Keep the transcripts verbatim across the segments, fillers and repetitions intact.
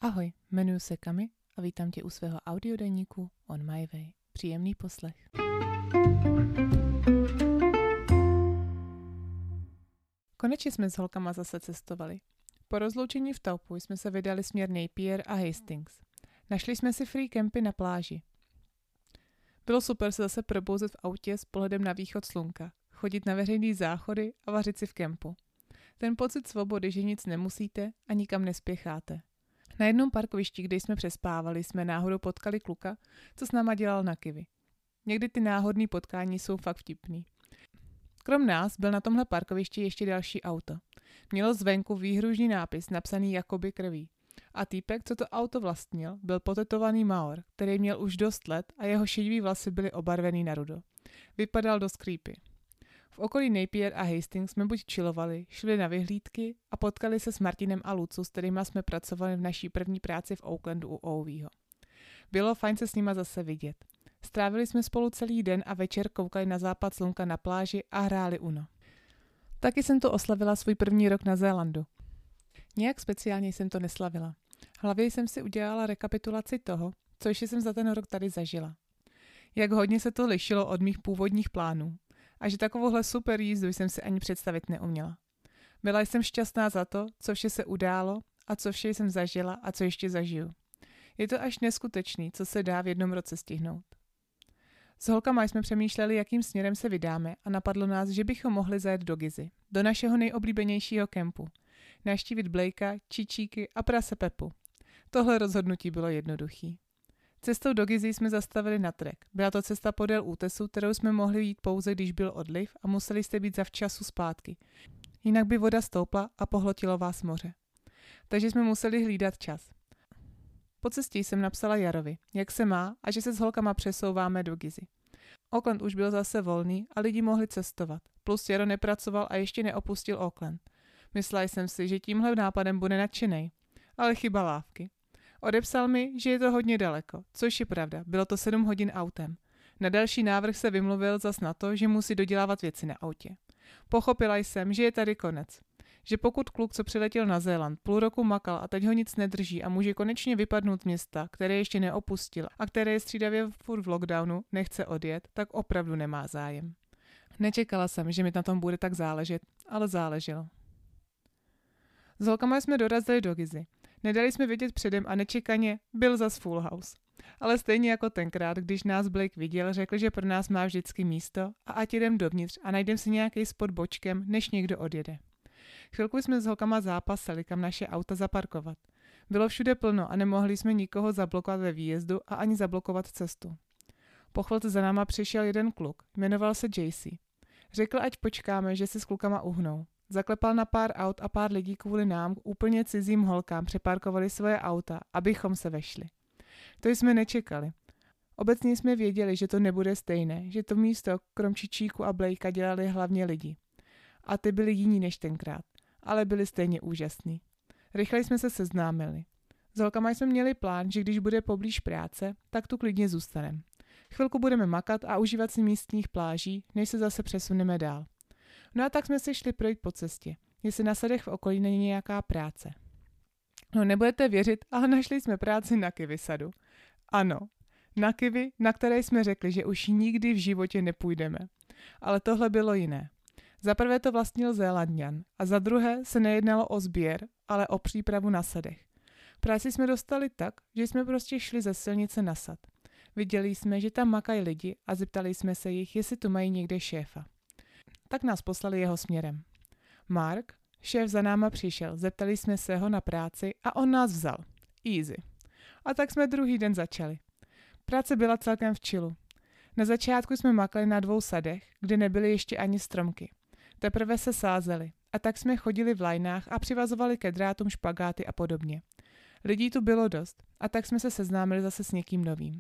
Ahoj, jmenuji se Kami a vítám tě u svého audiodeníku On My Way. Příjemný poslech. Konečně jsme s holkama zase cestovali. Po rozloučení v Taupu jsme se vydali směr Napier a Hastings. Našli jsme si free campy na pláži. Bylo super se zase probouzet v autě s pohledem na východ slunka, chodit na veřejné záchody a vařit si v kempu. Ten pocit svobody, že nic nemusíte a nikam nespěcháte. Na jednom parkovišti, kde jsme přespávali, jsme náhodou potkali kluka, co s náma dělal na kivy. Někdy ty náhodné potkání jsou fakt vtipný. Krom nás byl na tomhle parkovišti ještě další auto. Mělo zvenku výhružný nápis napsaný jakoby krví. A týpek, co to auto vlastnil, byl potetovaný Maor, který měl už dost let a jeho šedivý vlasy byly obarvený na rudo. Vypadal dost creepy. V okolí Napier a Hastings jsme buď chillovali, šli na vyhlídky a potkali se s Martinem a Lucu, s kterýma jsme pracovali v naší první práci v Oaklandu u Ovího. Bylo fajn se s nima zase vidět. Strávili jsme spolu celý den a večer koukali na západ slunka na pláži a hráli Uno. Taky jsem to oslavila svůj první rok na Zélandu. Nějak speciálně jsem to neslavila. V hlavě jsem si udělala rekapitulaci toho, co ještě jsem za ten rok tady zažila. Jak hodně se to lišilo od mých původních plánů. A že takovouhle super jízdu jsem si ani představit neuměla. Byla jsem šťastná za to, co vše se událo a co vše jsem zažila a co ještě zažiju. Je to až neskutečný, co se dá v jednom roce stihnout. S holkama jsme přemýšleli, jakým směrem se vydáme a napadlo nás, že bychom mohli zajet do Gizy, do našeho nejoblíbenějšího kempu. Navštívit Blakea, Čičíky a prase Pepu. Tohle rozhodnutí bylo jednoduchý. Cestou do Gizy jsme zastavili na trek. Byla to cesta podél útesu, kterou jsme mohli jít pouze, když byl odliv a museli jste být zavčasu zpátky. Jinak by voda stoupla a pohltilo vás moře. Takže jsme museli hlídat čas. Po cestě jsem napsala Jarovi, jak se má a že se s holkama přesouváme do Gizy. Oakland už byl zase volný a lidi mohli cestovat. Plus Jaro nepracoval a ještě neopustil Oakland. Myslela jsem si, že tímhle nápadem bude nadšenej. Ale chyba lávky. Odepsal mi, že je to hodně daleko, což je pravda, bylo to sedm hodin autem. Na další návrh se vymluvil zas na to, že musí dodělávat věci na autě. Pochopila jsem, že je tady konec. Že pokud kluk, co přiletěl na Zéland, půl roku makal a teď ho nic nedrží a může konečně vypadnout z města, které ještě neopustil a které je střídavě furt v lockdownu, nechce odjet, tak opravdu nemá zájem. Nečekala jsem, že mi na tom bude tak záležet, ale záleželo. S holkama jsme dorazili do Gizy. Nedali jsme vědět předem a nečekaně byl zas full house. Ale stejně jako tenkrát, když nás Blake viděl, řekl, že pro nás má vždycky místo a ať jdem dovnitř a najdem si nějaký spot bočkem, než někdo odjede. Chvilku jsme s holkama zápasili, kam naše auta zaparkovat. Bylo všude plno a nemohli jsme nikoho zablokovat ve výjezdu a ani zablokovat cestu. Po chvilce za náma přišel jeden kluk, jmenoval se J C. Řekl, ať počkáme, že se s klukama uhnou. Zaklepal na pár aut a pár lidí kvůli nám, úplně cizím holkám, přeparkovali svoje auta, abychom se vešli. To jsme nečekali. Obecně jsme věděli, že to nebude stejné, že to místo krom Čičíku a Blakea dělali hlavně lidi. A ty byli jiní než tenkrát, ale byli stejně úžasný. Rychle jsme se seznámili. S holkama jsme měli plán, že když bude poblíž práce, tak tu klidně zůstaneme. Chvilku budeme makat a užívat si místních pláží, než se zase přesuneme dál. No a tak jsme si šli projít po cestě, jestli na sadech v okolí není nějaká práce. No nebudete věřit, ale našli jsme práci na kiwi sadu. Ano, na kiwi, na které jsme řekli, že už nikdy v životě nepůjdeme. Ale tohle bylo jiné. Za prvé to vlastnil Zélanďan a za druhé se nejednalo o sběr, ale o přípravu na sadech. Práci jsme dostali tak, že jsme prostě šli ze silnice na sad. Viděli jsme, že tam makají lidi a zeptali jsme se jich, jestli tu mají někde šéfa. Tak nás poslali jeho směrem. Mark, šéf za náma přišel, zeptali jsme se ho na práci a on nás vzal. Easy. A tak jsme druhý den začali. Práce byla celkem v chillu. Na začátku jsme makali na dvou sadech, kde nebyly ještě ani stromky. Teprve se sázeli a tak jsme chodili v lajnách a přivazovali ke drátům špagáty a podobně. Lidí tu bylo dost a tak jsme se seznámili zase s někým novým.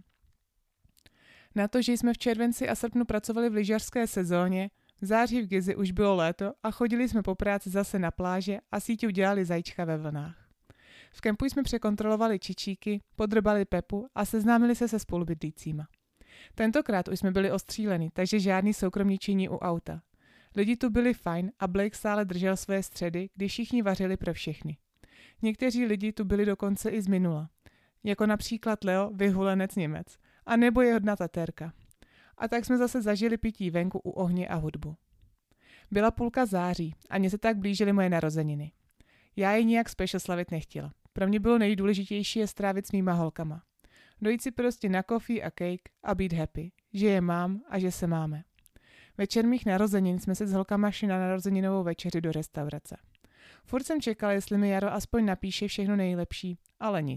Na to, že jsme v červenci a srpnu pracovali v lyžařské sezóně, v září v Gizy už bylo léto a chodili jsme po práci zase na pláže a síťou dělali zajíčka ve vlnách. V kempu jsme překontrolovali Čičíky, podrbali Pepu a seznámili se se spolubydlícíma. Tentokrát už jsme byli ostříleni, takže žádný soukromníčení u auta. Lidi tu byli fajn a Blake stále držel své středy, když všichni vařili pro všechny. Někteří lidi tu byli dokonce i z minula, jako například Leo, vyhulenec Němec, a nebo jedna tatérka. A tak jsme zase zažili pití venku u ohně a hudbu. Byla půlka září a mně se tak blížily moje narozeniny. Já je nijak special slavit nechtěla. Pro mě bylo nejdůležitější je strávit s mýma holkama. Dojít si prostě na coffee a cake a být happy, že je mám a že se máme. Večer mých narozenin jsme se s holkama šli na narozeninovou večeři do restaurace. Furt jsem čekala, jestli mi Jaro aspoň napíše všechno nejlepší, ale nic.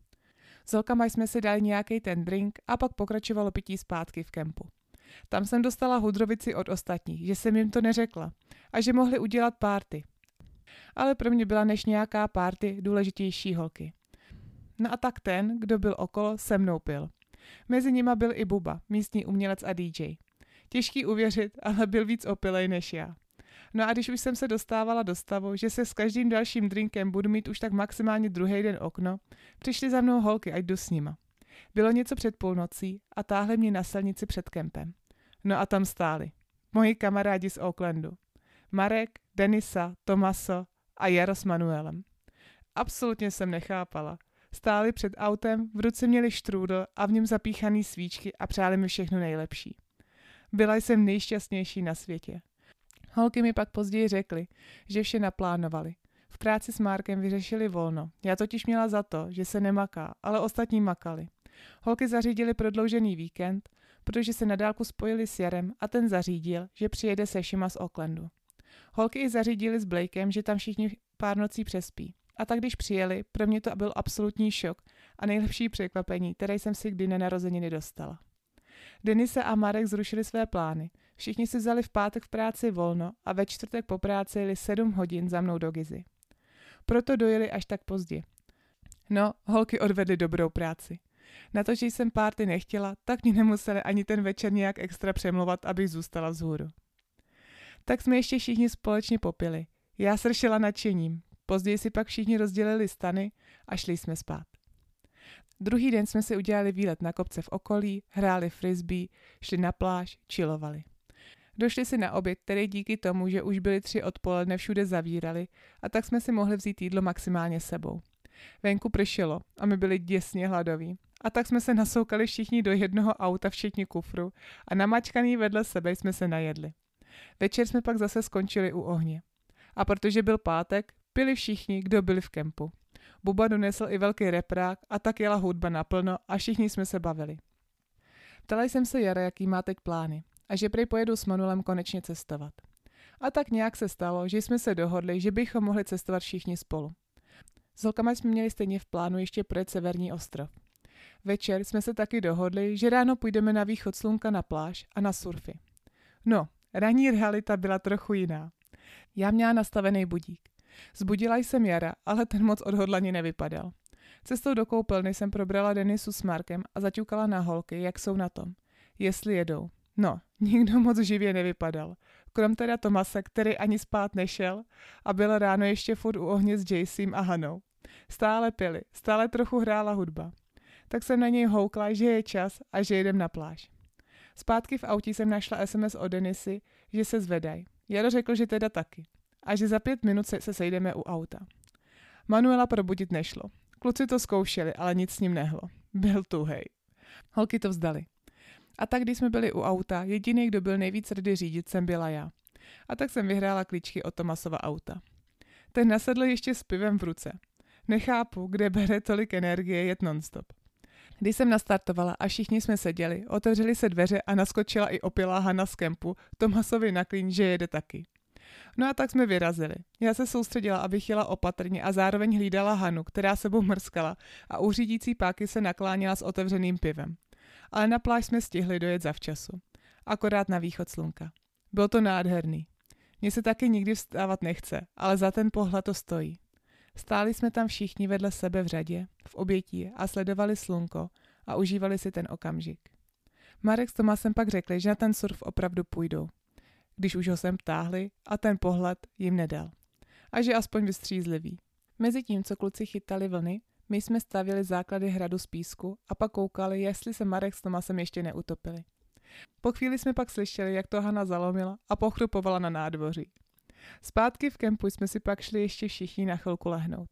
S holkama jsme si dali nějaký ten drink a pak pokračovalo pití zpátky v kempu. Tam jsem dostala hudrovici od ostatních, že jsem jim to neřekla a že mohli udělat party. Ale pro mě byla než nějaká party důležitější holky. No a tak ten, kdo byl okolo, se mnou pil. Mezi nima byl i Buba, místní umělec a dý džej. Těžký uvěřit, ale byl víc opilej než já. No a když už jsem se dostávala do stavu, že se s každým dalším drinkem budu mít už tak maximálně druhý den okno, přišly za mnou holky, ať jdu s nima. Bylo něco před půlnocí a táhli mě na silnici před kempem. No a tam stáli. Moji kamarádi z Oaklandu. Marek, Denisa, Tomaso a Jaro s Manuelem. Absolutně jsem nechápala. Stáli před autem, v ruce měli štrůdl a v něm zapíchaný svíčky a přáli mi všechno nejlepší. Byla jsem nejšťastnější na světě. Holky mi pak později řekly, že vše naplánovali. V práci s Markem vyřešili volno. Já totiž měla za to, že se nemaká, ale ostatní makali. Holky zařídili prodloužený víkend, protože se na dálku spojili s Jarem a ten zařídil, že přijede se všima z Oaklandu. Holky i zařídili s Blakem, že tam všichni pár nocí přespí. A tak když přijeli, pro mě to byl absolutní šok a nejlepší překvapení, které jsem si kdy na narozeniny dostala. Denise a Marek zrušili své plány. Všichni si vzali v pátek v práci volno a ve čtvrtek po práci jeli sedm hodin za mnou do Gizy. Proto dojeli až tak pozdě. No, holky odvedly dobrou práci. Na to, že jsem párty nechtěla, tak mě nemuseli ani ten večer nějak extra přemlouvat, abych zůstala vzhůru. Tak jsme ještě všichni společně popili. Já sršela nadšením. Později si pak všichni rozdělili stany a šli jsme spát. Druhý den jsme si udělali výlet na kopce v okolí, hráli frisbee, šli na pláž, chillovali. Došli si na oběd, který díky tomu, že už byly tři odpoledne, všude zavírali a tak jsme si mohli vzít jídlo maximálně sebou. Venku pršelo a my byli děsně hladoví. A tak jsme se nasoukali všichni do jednoho auta včetně kufru a namačkaný vedle sebe jsme se najedli. Večer jsme pak zase skončili u ohně. A protože byl pátek, pili všichni, kdo byli v kempu. Buba donesl i velký reprák a tak jela hudba naplno a všichni jsme se bavili. Ptala jsem se Jara, jaký má teď plány a že prej pojedu s Manuelem konečně cestovat. A tak nějak se stalo, že jsme se dohodli, že bychom mohli cestovat všichni spolu. S holkama jsme měli stejně v plánu ještě projet Severní ostrov. Večer jsme se taky dohodli, že ráno půjdeme na východ slunka na pláž a na surfy. No, ranní realita byla trochu jiná. Já měla nastavený budík. Zbudila jsem Jara, ale ten moc odhodlaně nevypadal. Cestou do koupelny jsem probrala Denisu s Markem a zaťukala na holky, jak jsou na tom. Jestli jedou. No, nikdo moc živě nevypadal. Krom teda Tomase, který ani spát nešel a byl ráno ještě furt u ohně s Jacem a Hanou. Stále pili, stále trochu hrála hudba. Tak jsem na něj houkla, že je čas a že jedem na pláž. Zpátky v autě jsem našla es em es od Denisy, že se zvedají. Jaro řekl, že teda taky. A že za pět minut se, se sejdeme u auta. Manuela probudit nešlo. Kluci to zkoušeli, ale nic s ním nehlo. Byl tuhej. Holky to vzdali. A tak, když jsme byli u auta, jediný, kdo byl nejvíc rady řídit, jsem byla já. A tak jsem vyhrála klíčky od Tomasova auta. Ten nasedl ještě s pivem v ruce. Nechápu, kde bere tolik energie jet nonstop. Když jsem nastartovala a všichni jsme seděli, otevřely se dveře a naskočila i opilá Hana z kempu Tomasovi na klín, že jede taky. No a tak jsme vyrazili. Já se soustředila, abych jela opatrně a zároveň hlídala Hanu, která sebou mrskala a u řídící páky se nakláněla s otevřeným pivem. Ale na pláž jsme stihli dojet zavčasu. Akorát na východ slunka. Bylo to nádherný. Mně se taky nikdy vstávat nechce, ale za ten pohled to stojí. Stáli jsme tam všichni vedle sebe v řadě, v obětí a sledovali slunko a užívali si ten okamžik. Marek s Tomasem pak řekli, že na ten surf opravdu půjdou, když už ho sem táhli a ten pohled jim nedal. A že aspoň vystřízliví. Mezitím, co kluci chytali vlny, my jsme stavěli základy hradu z písku a pak koukali, jestli se Marek s Tomasem ještě neutopili. Po chvíli jsme pak slyšeli, jak to Hana zalomila a pochrupovala na nádvoří. Zpátky v kempu jsme si pak šli ještě všichni na chvilku lehnout.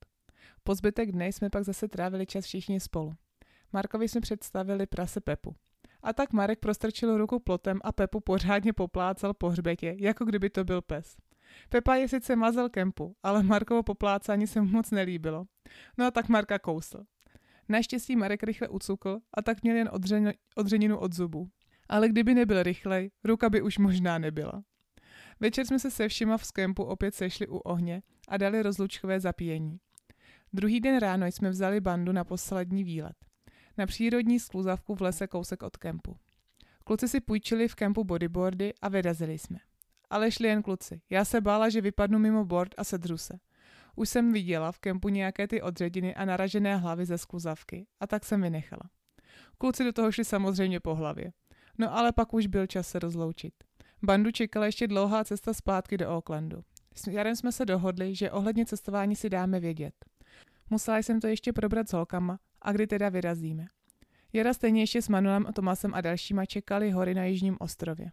Po zbytek dne jsme pak zase trávili čas všichni spolu. Markovi jsme představili prase Pepu. A tak Marek prostrčil ruku plotem a Pepu pořádně poplácal po hřbetě, jako kdyby to byl pes. Pepa je sice mazel kempu, ale Markovo poplácání se mu moc nelíbilo. No a tak Marka kousl. Naštěstí Marek rychle ucukl a tak měl jen odřen, odřeninu od zubů. Ale kdyby nebyl rychlej, ruka by už možná nebyla. Večer jsme se se všima v kempu opět sešli u ohně a dali rozlučkové zapíjení. Druhý den ráno jsme vzali bandu na poslední výlet. Na přírodní skluzavku v lese kousek od kempu. Kluci si půjčili v kempu bodyboardy a vyrazili jsme. Ale šli jen kluci. Já se bála, že vypadnu mimo board a sedřu se. Už jsem viděla v kempu nějaké ty odřediny a naražené hlavy ze skluzavky a tak jsem vynechala. Kluci do toho šli samozřejmě po hlavě. No ale pak už byl čas se rozloučit. Bandu čekala ještě dlouhá cesta zpátky do Aucklandu. S Jarem jsme se dohodli, že ohledně cestování si dáme vědět. Musela jsem to ještě probrat s holkama a kdy teda vyrazíme. Jara stejně ještě s Manuelem, Tomasem a dalšíma čekali hory na jižním ostrově.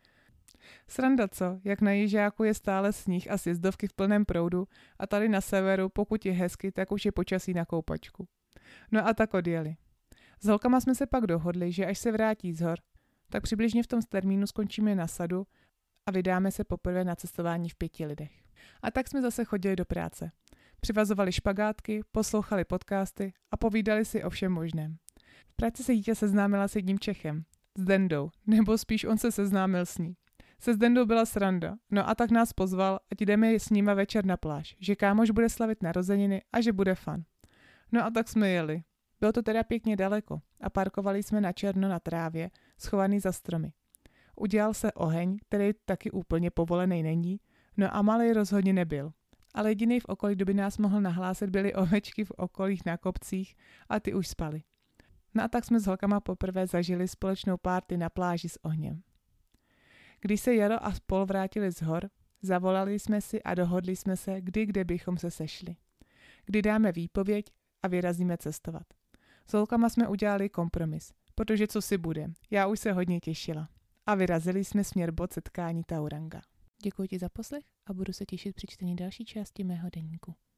Sranda co, jak na jižáku je stále sníh a sjezdovky v plném proudu a tady na severu, pokud je hezky, tak už je počasí na koupačku. No a tak odjeli. S holkama jsme se pak dohodli, že až se vrátí z hor, tak přibližně v tom termínu skončíme na sadu a vydáme se poprvé na cestování v pěti lidech. A tak jsme zase chodili do práce. Přivazovali špagátky, poslouchali podcasty a povídali si o všem možném. V práci se dítě seznámila s jedním Čechem, s Dendou, nebo spíš on se seznámil s ní. Se Zdendou byla sranda, no a tak nás pozval, ať jdeme s nima večer na pláž, že kámoš bude slavit narozeniny a že bude fun. No a tak jsme jeli. Bylo to teda pěkně daleko a parkovali jsme na černo na trávě, schovaný za stromy. Udělal se oheň, který taky úplně povolený není, no a malej rozhodně nebyl. Ale jediný v okolí, kdo by nás mohl nahlásit, byly ovečky v okolích na kopcích a ty už spaly. No a tak jsme s holkama poprvé zažili společnou párty na pláži s ohněm. Když se Jaro a spol vrátili z hor, zavolali jsme si a dohodli jsme se, kdy kde bychom se sešli. Kdy dáme výpověď a vyrazíme cestovat. S holkama jsme udělali kompromis, protože co si bude, já už se hodně těšila. A vyrazili jsme směr bod setkání Tauranga. Děkuji ti za poslech a budu se těšit při čtení další části mého deníku.